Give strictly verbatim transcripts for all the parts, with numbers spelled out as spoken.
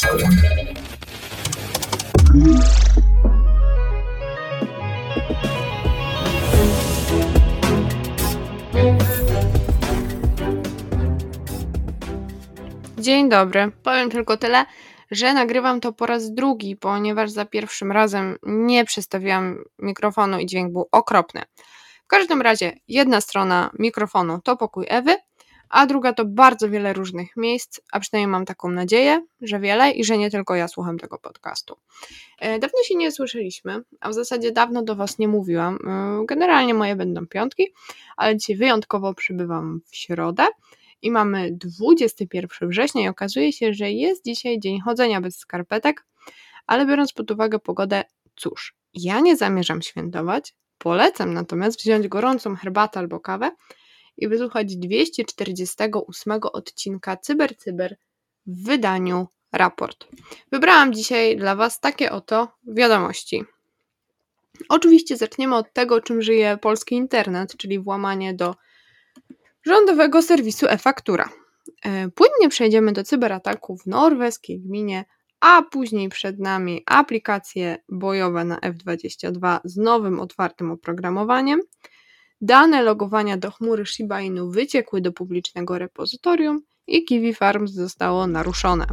Dzień dobry. Powiem tylko tyle, że nagrywam to po raz drugi, ponieważ za pierwszym razem nie przestawiłam mikrofonu i dźwięk był okropny. W każdym razie jedna strona mikrofonu to pokój Ewy, a druga to bardzo wiele różnych miejsc, a przynajmniej mam taką nadzieję, że wiele i że nie tylko ja słucham tego podcastu. Dawno się nie słyszeliśmy, a w zasadzie dawno do Was nie mówiłam. Generalnie moje będą piątki, ale dzisiaj wyjątkowo przybywam w środę. I mamy dwudziestego pierwszego września i okazuje się, że jest dzisiaj dzień chodzenia bez skarpetek, ale biorąc pod uwagę pogodę, cóż, ja nie zamierzam świętować, polecam natomiast wziąć gorącą herbatę albo kawę i wysłuchać dwieście czterdziestego ósmego odcinka Cyber Cyber w wydaniu Raport. Wybrałam dzisiaj dla Was takie oto wiadomości. Oczywiście zaczniemy od tego, czym żyje polski internet, czyli włamanie do rządowego serwisu e-faktura. Płynnie przejdziemy do cyberataku w norweskiej gminie, a później przed nami aplikacje bojowe na F dwadzieścia dwa z nowym otwartym oprogramowaniem. Dane logowania do chmury Shiba Inu wyciekły do publicznego repozytorium i Kiwi Farms zostało naruszone.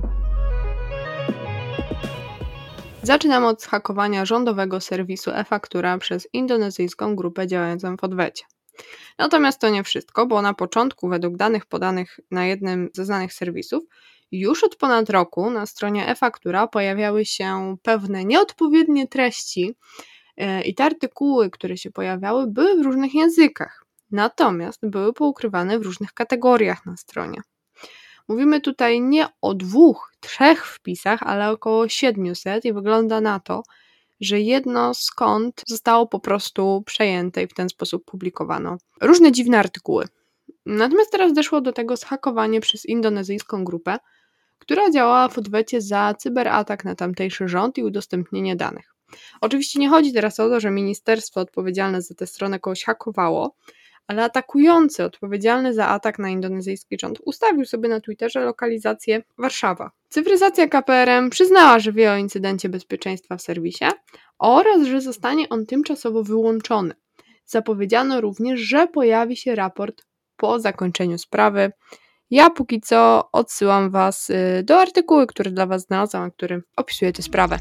Zaczynamy od zhakowania rządowego serwisu e-faktura przez indonezyjską grupę działającą w odwecie. Natomiast to nie wszystko, bo na początku, według danych podanych na jednym ze znanych serwisów, już od ponad roku na stronie e-faktura pojawiały się pewne nieodpowiednie treści i te artykuły, które się pojawiały, były w różnych językach, natomiast były poukrywane w różnych kategoriach na stronie. Mówimy tutaj nie o dwóch, trzech wpisach, ale około siedmiuset i wygląda na to, że jedno z kont zostało po prostu przejęte i w ten sposób publikowano różne dziwne artykuły. Natomiast teraz doszło do tego zhakowanie przez indonezyjską grupę, która działała w odwecie za cyberatak na tamtejszy rząd i udostępnienie danych. Oczywiście nie chodzi teraz o to, że ministerstwo odpowiedzialne za tę stronę kogoś hakowało, ale atakujący odpowiedzialny za atak na indonezyjski rząd ustawił sobie na Twitterze lokalizację Warszawa. Cyfryzacja K P R M przyznała, że wie o incydencie bezpieczeństwa w serwisie oraz, że zostanie on tymczasowo wyłączony. Zapowiedziano również, że pojawi się raport po zakończeniu sprawy. Ja póki co odsyłam Was do artykułu, który dla Was znalazłam, który opisuje tę sprawę.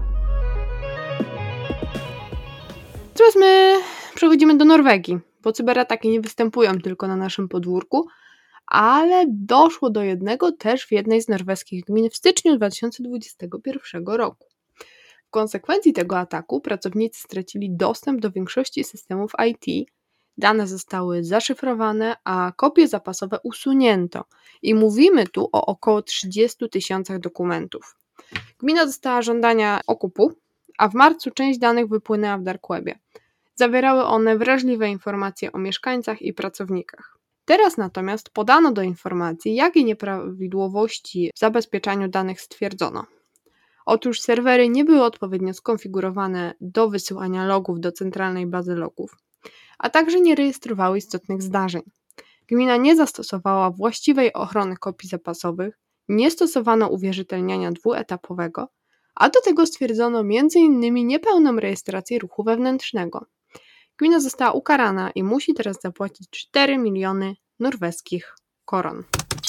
Teraz my przechodzimy do Norwegii, bo cyberataki nie występują tylko na naszym podwórku, ale doszło do jednego też w jednej z norweskich gmin w styczniu dwa tysiące dwudziestego pierwszego roku. W konsekwencji tego ataku pracownicy stracili dostęp do większości systemów I T, dane zostały zaszyfrowane, a kopie zapasowe usunięto i mówimy tu o około trzydziestu tysiącach dokumentów. Gmina dostała żądania okupu, a w marcu część danych wypłynęła w dark webie. Zawierały one wrażliwe informacje o mieszkańcach i pracownikach. Teraz natomiast podano do informacji, jakie nieprawidłowości w zabezpieczaniu danych stwierdzono. Otóż serwery nie były odpowiednio skonfigurowane do wysyłania logów do centralnej bazy logów, a także nie rejestrowały istotnych zdarzeń. Gmina nie zastosowała właściwej ochrony kopii zapasowych, nie stosowano uwierzytelniania dwuetapowego, a do tego stwierdzono między innymi niepełną rejestrację ruchu wewnętrznego. Gmina została ukarana i musi teraz zapłacić cztery miliony norweskich koron.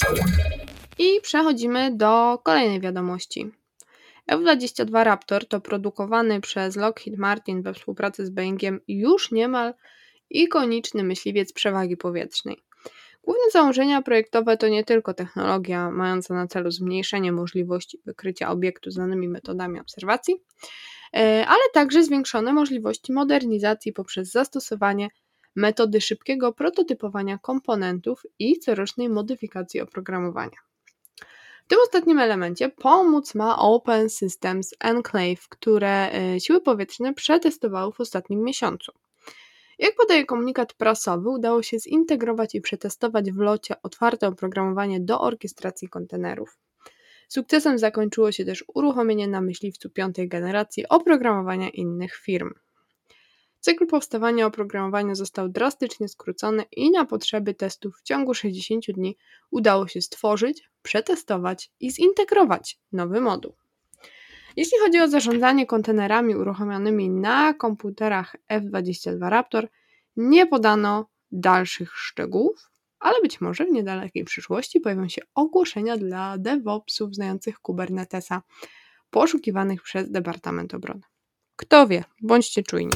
I przechodzimy do kolejnej wiadomości. F dwadzieścia dwa Raptor to produkowany przez Lockheed Martin we współpracy z Boeingiem już niemal ikoniczny myśliwiec przewagi powietrznej. Główne założenia projektowe to nie tylko technologia mająca na celu zmniejszenie możliwości wykrycia obiektu znanymi metodami obserwacji, ale także zwiększone możliwości modernizacji poprzez zastosowanie metody szybkiego prototypowania komponentów i corocznej modyfikacji oprogramowania. W tym ostatnim elemencie pomóc ma Open Systems Enclave, które siły powietrzne przetestowały w ostatnim miesiącu. Jak podaje komunikat prasowy, udało się zintegrować i przetestować w locie otwarte oprogramowanie do orkiestracji kontenerów. Sukcesem zakończyło się też uruchomienie na myśliwcu piątej generacji oprogramowania innych firm. Cykl powstawania oprogramowania został drastycznie skrócony i na potrzeby testów w ciągu sześćdziesięciu dni udało się stworzyć, przetestować i zintegrować nowy moduł. Jeśli chodzi o zarządzanie kontenerami uruchomionymi na komputerach F dwadzieścia dwa Raptor, nie podano dalszych szczegółów, ale być może w niedalekiej przyszłości pojawią się ogłoszenia dla DevOpsów znających Kubernetesa, poszukiwanych przez Departament Obrony. Kto wie, bądźcie czujni.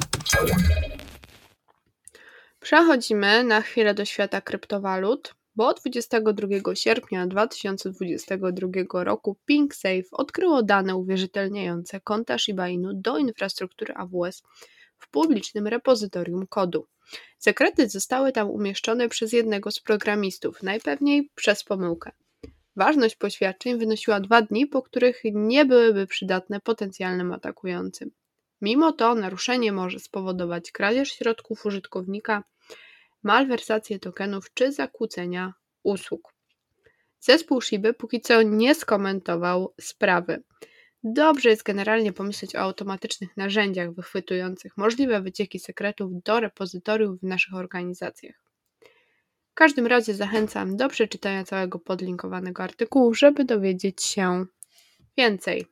Przechodzimy na chwilę do świata kryptowalut, bo dwudziestego drugiego sierpnia dwa tysiące dwudziestego drugiego roku PinkSafe odkryło dane uwierzytelniające konta Shiba Inu do infrastruktury A W S w publicznym repozytorium kodu. Sekrety zostały tam umieszczone przez jednego z programistów, najpewniej przez pomyłkę. Ważność poświadczeń wynosiła dwa dni, po których nie byłyby przydatne potencjalnym atakującym. Mimo to naruszenie może spowodować kradzież środków użytkownika, malwersację tokenów czy zakłócenia usług. Zespół Shiby póki co nie skomentował sprawy. Dobrze jest generalnie pomyśleć o automatycznych narzędziach wychwytujących możliwe wycieki sekretów do repozytoriów w naszych organizacjach. W każdym razie zachęcam do przeczytania całego podlinkowanego artykułu, żeby dowiedzieć się więcej.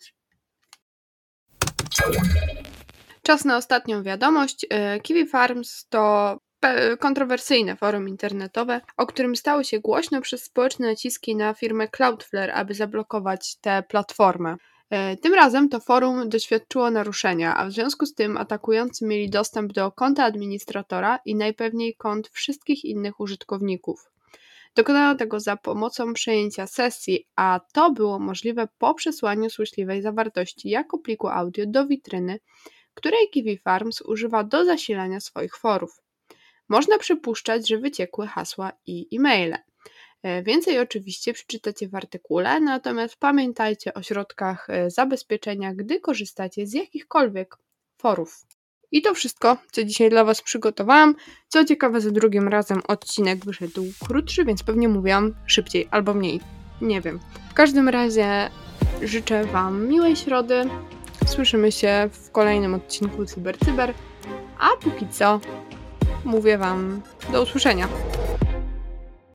Czas na ostatnią wiadomość. Kiwi Farms to kontrowersyjne forum internetowe, o którym stało się głośno przez społeczne naciski na firmę Cloudflare, aby zablokować tę platformę. Tym razem to forum doświadczyło naruszenia, a w związku z tym atakujący mieli dostęp do konta administratora i najpewniej kont wszystkich innych użytkowników. Dokonano tego za pomocą przejęcia sesji, a to było możliwe po przesłaniu złośliwej zawartości jako pliku audio do witryny, której Kiwi Farms używa do zasilania swoich forów. Można przypuszczać, że wyciekły hasła i e-maile. Więcej oczywiście przeczytacie w artykule, natomiast pamiętajcie o środkach zabezpieczenia, gdy korzystacie z jakichkolwiek forów. I to wszystko, co dzisiaj dla Was przygotowałam. Co ciekawe, za drugim razem odcinek wyszedł krótszy, więc pewnie mówiłam szybciej albo mniej. Nie wiem. W każdym razie życzę Wam miłej środy. Słyszymy się w kolejnym odcinku CyberCyber, a póki co mówię Wam do usłyszenia.